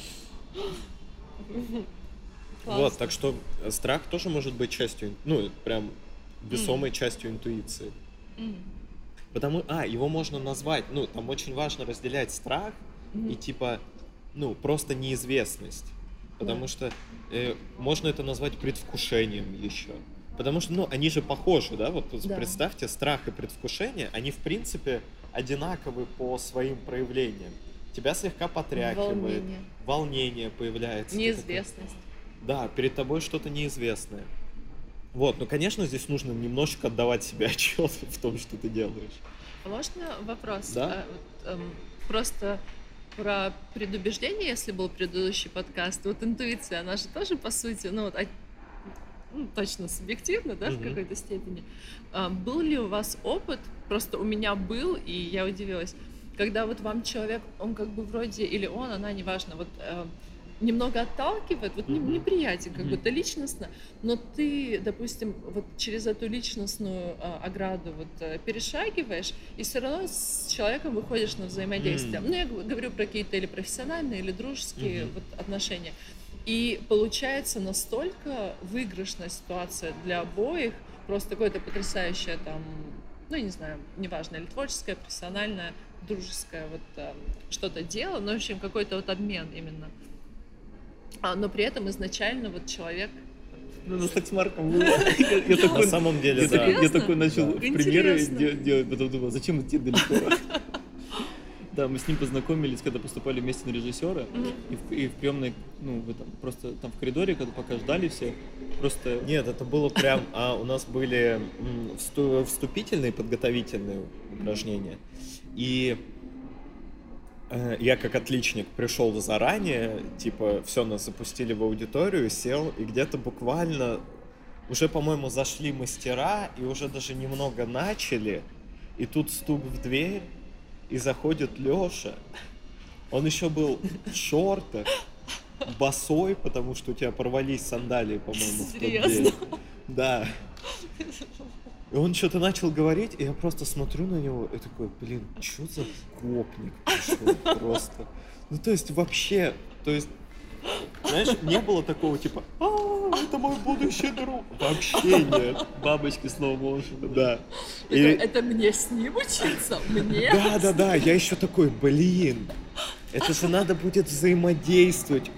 Вот, так что страх тоже может быть частью, ну, прям весомой частью интуиции. М. Потому, его можно назвать, ну, там очень важно разделять страх и типа, ну, просто неизвестность. Потому Да. что можно это назвать предвкушением еще. Потому что, ну, они же похожи, да? Вот Да. представьте, страх и предвкушение, они в принципе одинаковы по своим проявлениям. Тебя слегка потряхивает, волнение появляется. ты такой, Неизвестность. да, перед тобой что-то неизвестное. Вот, ну, конечно, здесь нужно немножечко отдавать себе отчет в том, что ты делаешь. А можно вопрос? Да. Просто про предубеждение, если был предыдущий подкаст, вот интуиция, она же тоже, по сути, ну, вот, ну, точно субъективно, да, в Мгм. какой-то степени. Был ли у вас опыт, просто у меня был, и я удивилась, когда вот вам человек, он как бы вроде, или он, она, неважно, вот немного отталкивает, вот Мгм. неприятие как Мгм. будто личностно, но ты, допустим, вот через эту личностную ограду вот перешагиваешь, и все равно с человеком выходишь на взаимодействие. Мгм. Ну, я говорю про какие-то или профессиональные, или дружеские Мгм. вот отношения. И получается настолько выигрышная ситуация для обоих, просто какое-то потрясающее там, ну, я не знаю, неважно, или творческое, профессиональное, дружеское вот что-то дело, но, в общем, какой-то вот обмен именно. Но при этом изначально вот человек... Ну, у нас так с Марком было. Я На такой... самом деле, Я да. такой, я Серьезно? такой начал Да. примеры Интересно. делать, потом думал, зачем идти далеко? Да, мы с ним познакомились, когда поступали вместе на режиссера, и в приемной, ну, просто там в коридоре, когда пока ждали все, просто... Нет, это было прям, у нас были вступительные, подготовительные упражнения, и я как отличник пришел заранее, типа, все, нас запустили в аудиторию, сел, и где-то буквально уже, по-моему, зашли мастера, и уже даже немного начали, и тут стук в дверь, и заходит Лёша. Он еще был в шортах, босой, потому что у тебя порвались сандалии, по-моему, в тот день. Серьезно? Да. И он что-то начал говорить, и я просто смотрю на него и такой, блин, что за гопник пришел просто. Ну, то есть вообще, знаешь, не было такого типа, это мой будущий друг. Вообще нет. Бабочки slow motion. Да. Это мне с ним учиться? Мне? Да, я еще такой, блин, Это же надо будет взаимодействовать.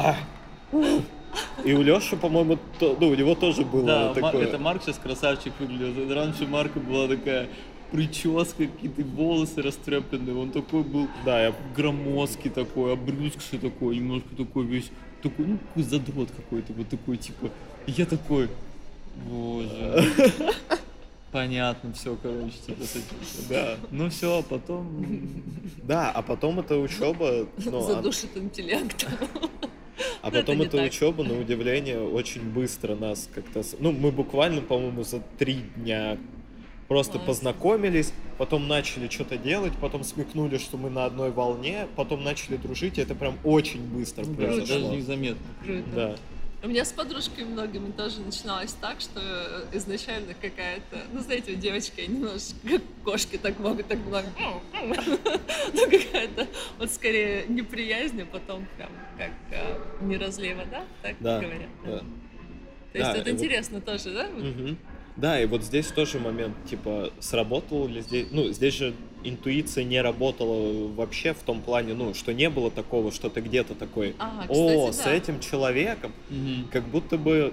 И у Лёши, по-моему, у него тоже было Да, такое. это Марк сейчас красавчик выглядел. Раньше у Марка была такая прическа, какие-то волосы растрепанные. Он такой был громоздкий такой, обрюзгший такой, немножко такой весь, такой, ну, какой задрот какой-то, вот такой, типа. И я такой, боже. Понятно, все, короче, типа с этим. Да. Ну все, а потом... Да, а потом эта учеба... Задушит интеллект. А потом эта учеба, на удивление, очень быстро нас как-то... Ну, мы буквально, по-моему, за 3 дня просто познакомились, потом начали что-то делать, потом смекнули, что мы на одной волне, потом начали дружить, и это прям очень быстро произошло. Даже незаметно. Круто. Да. У меня с подружками многими тоже начиналось так, что изначально какая-то, ну, знаете, у девочки немножко, как кошки так могут, так много, ну, какая-то, вот скорее неприязнь, а потом прям как не разлей вода, так говорят. Да. То есть это интересно тоже, да? Да, и вот здесь тоже момент, типа, сработало ли здесь, ну, здесь же интуиция не работала вообще в том плане, ну, что не было такого, что ты где-то такой, кстати, с этим человеком, как будто бы...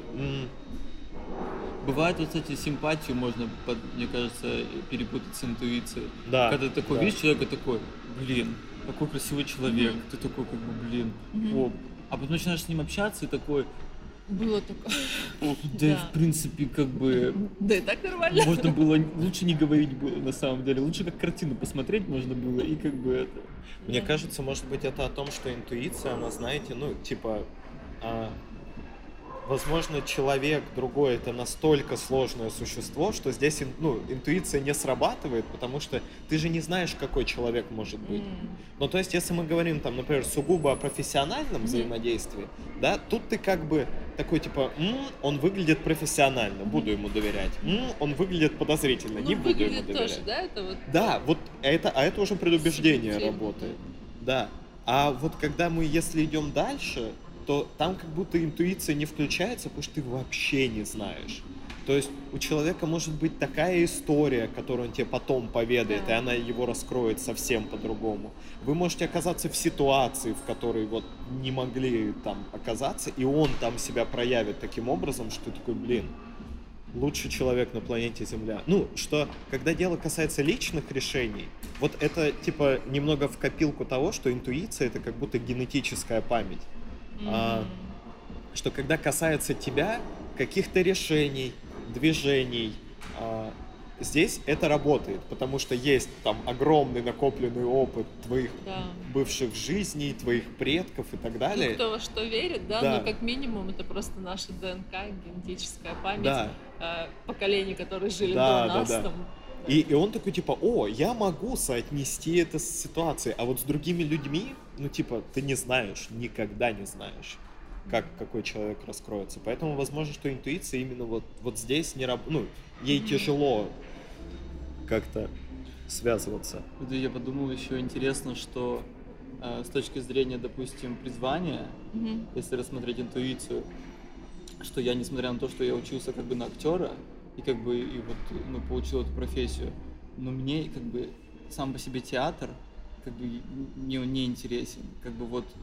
Бывает, вот, кстати, симпатию можно, мне кажется, перепутать с интуицией. Да. Когда ты такой видишь человека, такой, блин, какой красивый человек, ты такой, как бы, блин, а потом начинаешь с ним общаться и такой... Было такое. Да, в принципе, как бы... Да и так нормально. Можно было... Лучше не говорить было, на самом деле. Лучше как картину посмотреть можно было, и как бы это... Мне кажется, может быть, это о том, что интуиция, она, знаете, ну, типа... Возможно, человек другой — это настолько сложное существо, что здесь, ну, интуиция не срабатывает, потому что ты же не знаешь, какой человек может быть. Ну, то есть, если мы говорим, там, например, сугубо о профессиональном взаимодействии, да, тут ты как бы такой, типа, он выглядит профессионально, буду ему доверять. Он выглядит подозрительно, не буду ему доверять. Тоже, да? Это вот... Да, вот это уже предубеждение работает. Да. А вот когда мы, если идем дальше, то там как будто интуиция не включается, потому что ты вообще не знаешь. То есть у человека может быть такая история, которую он тебе потом поведает, и она его раскроет совсем по-другому. Вы можете оказаться в ситуации, в которой вот не могли там оказаться, и он там себя проявит таким образом, что ты такой, блин, лучший человек на планете Земля. Ну, что, когда дело касается личных решений, вот это типа немного в копилку того, что интуиция — это как будто генетическая память. Что когда касается тебя, каких-то решений, движений, здесь это работает, потому что есть там огромный накопленный опыт твоих бывших жизней, твоих предков и так далее. Ну, кто во что верит, да, но как минимум это просто наша ДНК, генетическая память, поколений, которые жили до нас. Там. И он такой, типа, я могу соотнести это с ситуацией, а вот с другими людьми, ну, типа, ты не знаешь, никогда не знаешь, какой человек раскроется. Поэтому, возможно, что интуиция именно вот здесь не работает, ну, ей тяжело как-то связываться. Это я подумал еще интересно, что с точки зрения, допустим, призвания, если рассмотреть интуицию, что я, несмотря на то, что я учился как бы на актера, и как бы и вот, ну, получил эту профессию, но мне как бы сам по себе театр как бы не интересен, как бы вот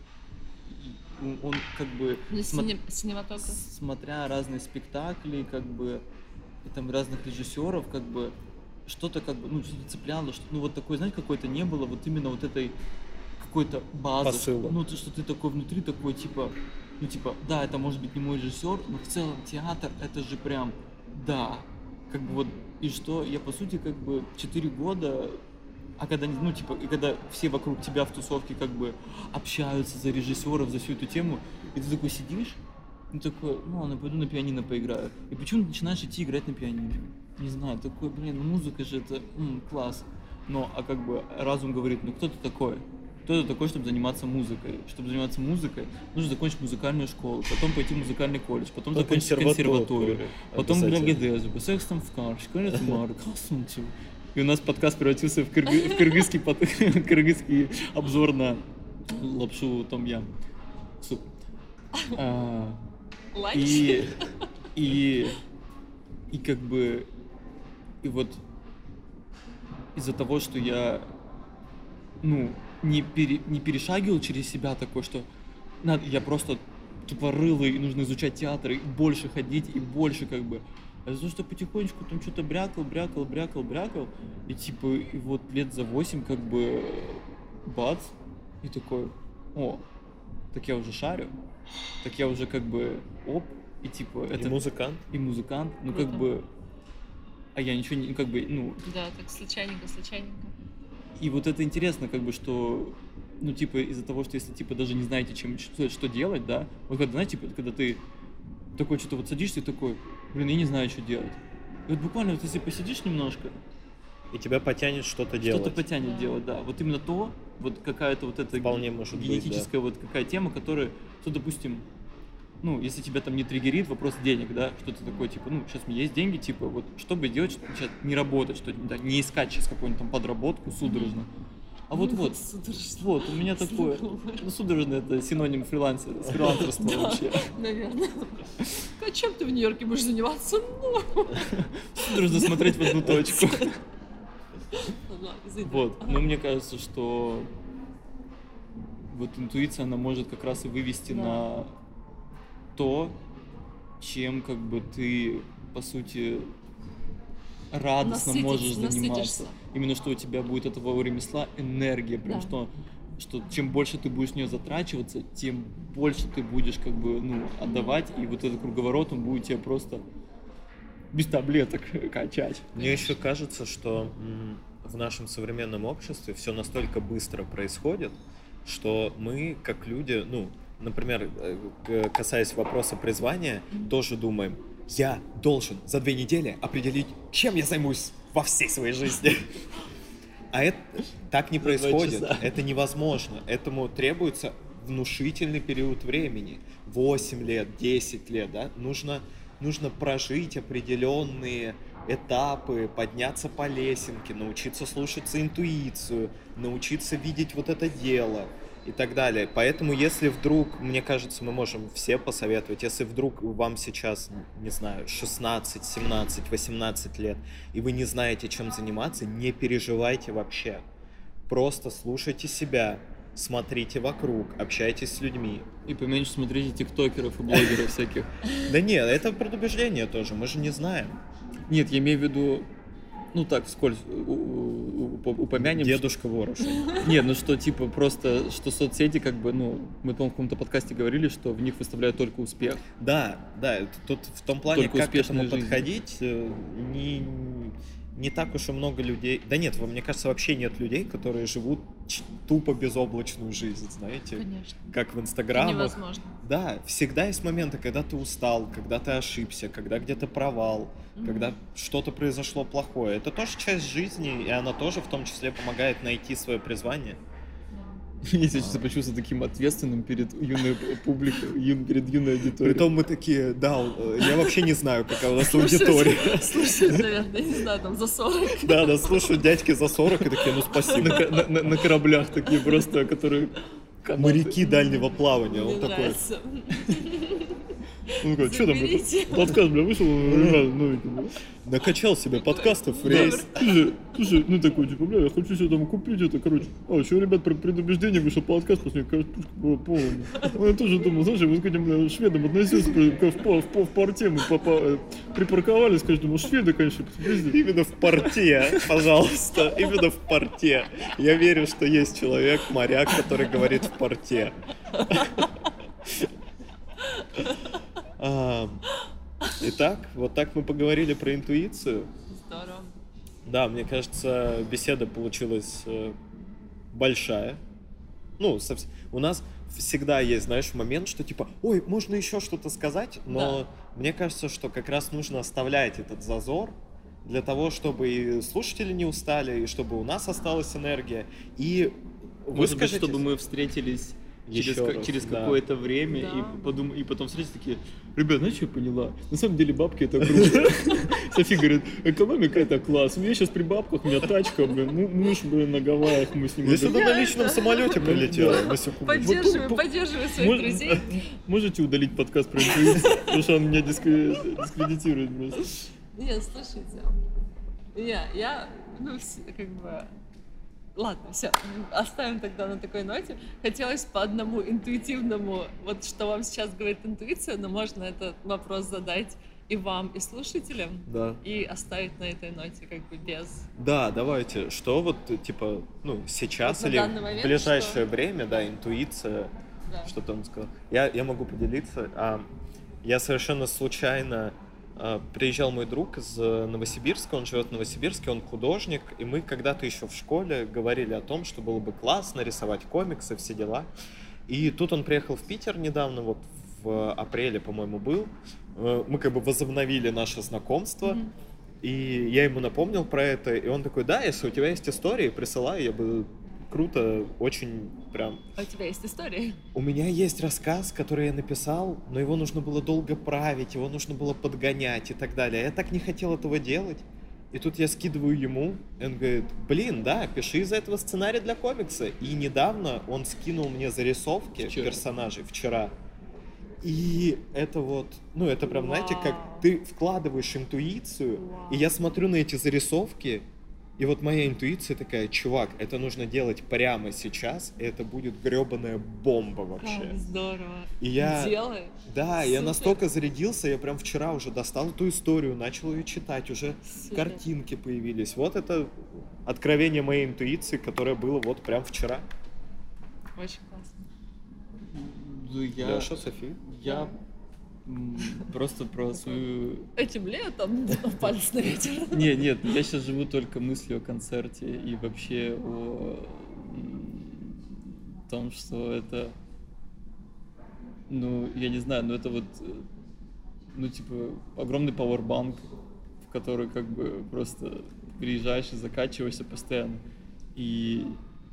он как бы смотря разные спектакли, как бы и там разных режиссеров, как бы что-то как бы, ну, что-то цепляло, что, ну, вот такой, знаете, какой-то не было вот именно вот этой какой-то базы, посыла. Ну, что ты такой внутри такой, типа, ну, типа, да, это может быть не мой режиссер, но в целом театр это же прям, да, как бы вот, и что я, по сути, как бы 4 года, а когда, ну, типа, и когда все вокруг тебя в тусовке как бы общаются за режиссеров, за всю эту тему, и ты такой сидишь, ну, такой, ну, пойду на пианино поиграю. И почему ты начинаешь идти играть на пианино? Не знаю, такой, блин, ну, музыка же это, класс. Но, а как бы разум говорит, ну, кто ты такой? Кто ты такой, чтобы заниматься музыкой? Чтобы заниматься музыкой, нужно закончить музыкальную школу, потом пойти в музыкальный колледж, потом закончить консерваторию, потом ГДЗ, сексом в карш, и у нас подкаст превратился в кыргызский обзор на лапшу том-ям. Суп. И как бы, и вот из-за того, что я, ну, не перешагивал через себя такой, что я просто тупорылый, и нужно изучать театр, и больше ходить, и больше как бы. А за то, что потихонечку там что-то брякал, и типа, и вот лет за 8 как бы бац, и такой, так я уже шарю, так я уже как бы и типа это... И музыкант. Ну как бы, а я ничего не, как бы, ну... Да, так случайненько. И вот это интересно, как бы, что, ну, типа, из-за того, что если, типа, даже не знаете, что делать, да, вот когда, знаете, типа, когда ты такой что-то вот садишься и такой, я не знаю, что делать. И вот буквально вот если посидишь немножко... И тебя потянет что-то делать. Что-то потянет делать, да. Вот именно вот какая-то вот эта генетическая вот какая тема, которая, что, допустим, ну, если тебя там не триггерит вопрос денег, да, что-то такое, типа, ну, сейчас у меня есть деньги, типа, вот, что бы делать, чтобы сейчас не работать, что не искать сейчас какую-нибудь там подработку судорожно. А вот, у меня такое, судорожно это синоним фрилансерства вообще. Наверное. А чем ты в Нью-Йорке будешь заниматься? Судорожно смотреть в одну точку. Вот, но мне кажется, что вот интуиция, она может как раз и вывести на то, чем как бы ты, по сути, радостно можешь заниматься. Именно что у тебя будет от этого ремесла энергия, прям что чем больше ты будешь в нее затрачиваться, тем больше ты будешь как бы, ну, отдавать, и вот этот круговорот, он будет тебя просто без таблеток качать. Мне еще кажется, что в нашем современном обществе все настолько быстро происходит, что мы, как люди, ну, например, касаясь вопроса призвания, тоже думаем, я должен за 2 недели определить, чем я займусь во всей своей жизни. А это так не происходит, это невозможно. Этому требуется внушительный период времени. 8 лет, 10 лет, да? Нужно прожить определенные этапы, подняться по лесенке, научиться слушаться интуицию, научиться видеть вот это дело и так далее. Поэтому, если вдруг, мне кажется, мы можем все посоветовать, если вдруг вам сейчас, не знаю, 16, 17, 18 лет, и вы не знаете, чем заниматься, не переживайте вообще. Просто слушайте себя, смотрите вокруг, общайтесь с людьми. И поменьше смотрите тиктокеров и блогеров всяких. Да нет, это предубеждение тоже, мы же не знаем. Нет, я имею в виду, ну так, вскользь упомянем. Дедушка Ворошев. Нет, ну что, типа, просто, что соцсети, как бы, ну, мы в каком-то подкасте говорили, что в них выставляют только успех. Да, тут в том плане, только как к этому жизнь. подходить, не так уж и много людей. Да нет, мне кажется, вообще нет людей, которые живут тупо безоблачную жизнь, знаете? Конечно. Как в Инстаграмах. Невозможно. Да, всегда есть моменты, когда ты устал, когда ты ошибся, когда где-то провал, когда что-то произошло плохое. Это тоже часть жизни, и она тоже в том числе помогает найти свое призвание. Я сейчас почувствовал таким ответственным перед юной публикой, перед юной аудиторией. Притом мы такие, да, я вообще не знаю, какая у нас аудитория. Слушают, наверное, не знаю, там за 40. Да, слушают дядьки за 40 и такие, ну спасибо. На кораблях такие просто, которые... Моряки дальнего плавания, он такой... Ну как, что там, подкаст, бля, вышел, ну, накачал себе подкастов в рейс. Слушай, ну такой, типа, бля, я хочу себе там купить это, короче. Еще, ребят, про предубеждение вышел подкаст, после кажется, пушка была полная. Я тоже думал, знаешь, мы с этим, бля, шведом относился, в порте мы припарковались, конечно, думал, шведы, конечно, именно в порте, пожалуйста, именно в порте. Я верю, что есть человек, моряк, который говорит в порте. Итак, вот так мы поговорили про интуицию. Здорово. Да, мне кажется, беседа получилась большая. Ну, у нас всегда есть, знаешь, момент, что типа, ой, можно еще что-то сказать, но мне кажется, что как раз нужно оставлять этот зазор для того, чтобы и слушатели не устали, и чтобы у нас осталась энергия. И может быть, чтобы мы встретились через какое-то время и потом встретились такие, ребят, знаете, что я поняла? На самом деле бабки это круто. Софи говорит, экономика это класс. Я сейчас при бабках, у меня тачка, блин, муж, блин, на Гавайях, мы с ним... Я сюда на личном самолете прилетел, на секунду. Поддерживаю своих друзей. Можете удалить подкаст про интуицию, потому что он меня дискредитирует просто. Нет, слушайте, я, ну, как бы... Ладно, все, оставим тогда на такой ноте. Хотелось по одному интуитивному, вот что вам сейчас говорит интуиция, но можно этот вопрос задать и вам, и слушателям, Да. и оставить на этой ноте как бы без... Да, давайте. Что вот, типа, сейчас Вот на или данный в момент ближайшее время, да, интуиция, Да. что-то он сказал. Я могу поделиться. Я совершенно случайно приезжал мой друг из Новосибирска, он живет в Новосибирске, он художник, и мы когда-то еще в школе говорили о том, что было бы классно рисовать комиксы, все дела. И тут он приехал в Питер недавно, вот в апреле, по-моему, был. Мы как бы возобновили наше знакомство, и я ему напомнил про это, и он такой: да, если у тебя есть истории, присылай, я бы... Круто, очень прям... А у тебя есть история? У меня есть рассказ, который я написал, но его нужно было долго править, его нужно было подгонять и так далее. Я так не хотел этого делать. И тут я скидываю ему, и он говорит: блин, да, пиши из-за этого сценарий для комикса. И недавно он скинул мне зарисовки персонажей, вчера. И это вот, это прям, знаете, как ты вкладываешь интуицию, и я смотрю на эти зарисовки, и вот моя интуиция такая: чувак, это нужно делать прямо сейчас, и это будет гребаная бомба вообще. Как здорово. И я... Делай. Да, Супер. я настолько зарядился, я прям вчера уже достал эту историю, начал ее читать, уже Супер. картинки появились. Вот это откровение моей интуиции, которое было вот прям вчера. Очень классно. Леша, Софи? Я просто про свою... Этим летом палец на ветер. Нет, я сейчас живу только мыслью о концерте и вообще о том, что это... я не знаю, это вот... огромный пауэрбанк, в который как бы просто приезжаешь и закачиваешься постоянно. И...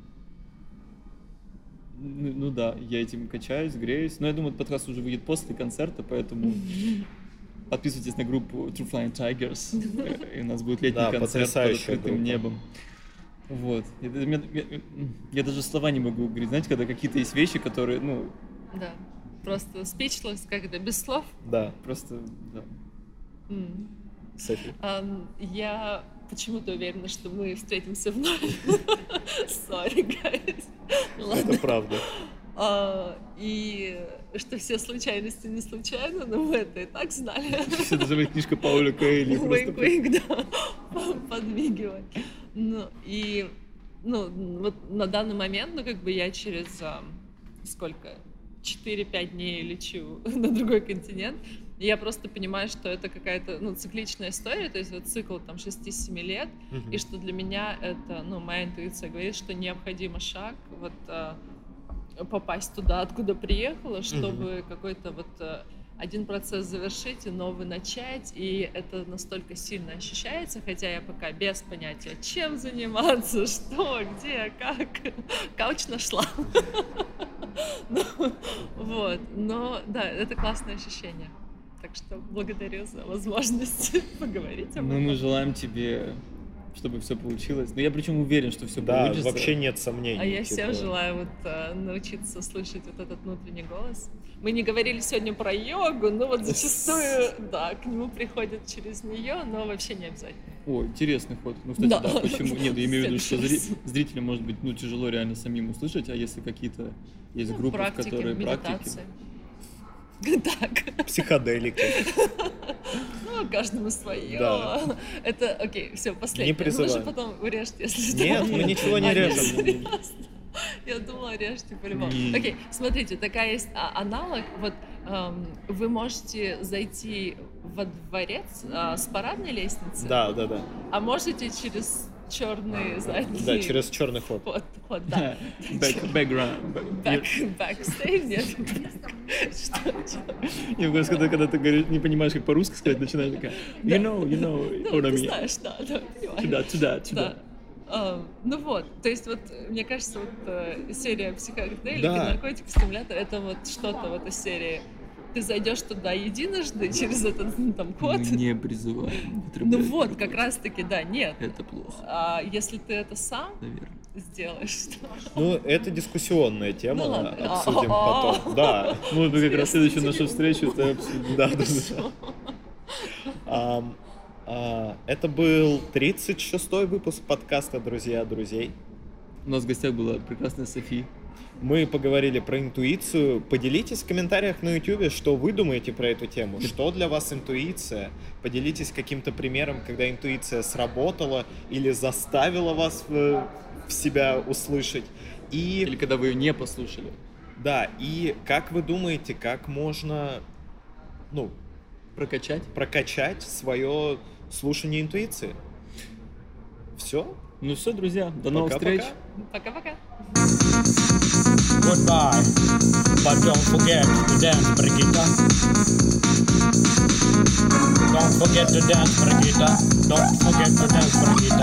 да, я этим качаюсь, греюсь. Но я думаю, подкаст уже выйдет после концерта, поэтому подписывайтесь на группу True Flying Tigers, и у нас будет летний концерт под открытым небом. Вот. Я даже слова не могу говорить. Знаете, когда какие-то есть вещи, которые, Да. Просто speechless, как-то без слов. Да. Просто, да. Софи. Я почему-то уверена, что мы встретимся вновь. Sorry, guys. Это правда. И что все случайности не случайны, но мы это и так знали. Это должна быть книжка Пауля Коэльо. Уинк-уинк, да. Подмигивать. Вот на данный момент, я через 4-5 дней лечу на другой континент. И я просто понимаю, что это какая-то цикличная история, то есть вот цикл 6-7 лет, и что для меня это, моя интуиция говорит, что необходим шаг попасть туда, откуда приехала, чтобы какой-то один процесс завершить и новый начать, и это настолько сильно ощущается, хотя я пока без понятия, чем заниматься, что, где, как. Кауч нашла. Вот, но да, это классное ощущение. Так что благодарю за возможность поговорить об этом. Мы желаем тебе, чтобы все получилось. Но я причем уверен, что все получится. Да, вообще нет сомнений. А я всем желаю научиться слышать этот внутренний голос. Мы не говорили сегодня про йогу, но зачастую, да, к нему приходят через нее, но вообще не обязательно. О, интересный ход. Кстати, да, почему? Нет, я имею в виду, что зрителям может быть тяжело реально самим услышать, а если какие-то есть группы, в которые практики. Так. Психоделики. Каждому свое. Да. Это, окей, все, последнее. Не призываем. Вы же потом урежьте, если что. Нет, мы ничего не режем. Я думала, режьте по-любому. Окей, смотрите, такая есть аналог. Вот вы можете зайти во дворец с парадной лестницы. Да. А можете через черный задний... Да, через черный ход. Ход, да. Background. Backstage, нет. Я просто когда ты говоришь, не понимаешь, как по-русски сказать, начинаешь такая, you know, what I mean. Ты знаешь, да, понимаю. Туда. То есть мне кажется, серия психоделики, Да. наркотиков, стимулятор, это что-то из серии. Ты зайдешь туда единожды через этот код. Мы не призываем. Как раз-таки, да, нет. Это плохо. А если ты это сам Наверное. сделаешь, Это дискуссионная тема, ладно. обсудим потом. Да. Может быть, как раз следующую нашу встречу это обсудим. Да. Это был 36-й выпуск подкаста «Друзья друзей». У нас в гостях была прекрасная Софи. Мы поговорили про интуицию. Поделитесь в комментариях на YouTube, что вы думаете про эту тему. Что для вас интуиция? Поделитесь каким-то примером, когда интуиция сработала или заставила вас в себя услышать. Или когда вы ее не послушали. Да, и как вы думаете, как можно прокачать свое слушание интуиции? Все? Ну все, друзья, до новых встреч. Пока-пока. Goodbye, but don't forget to dance, Brigitta. Don't forget to dance, Brigitta. Don't forget to dance, Brigitta.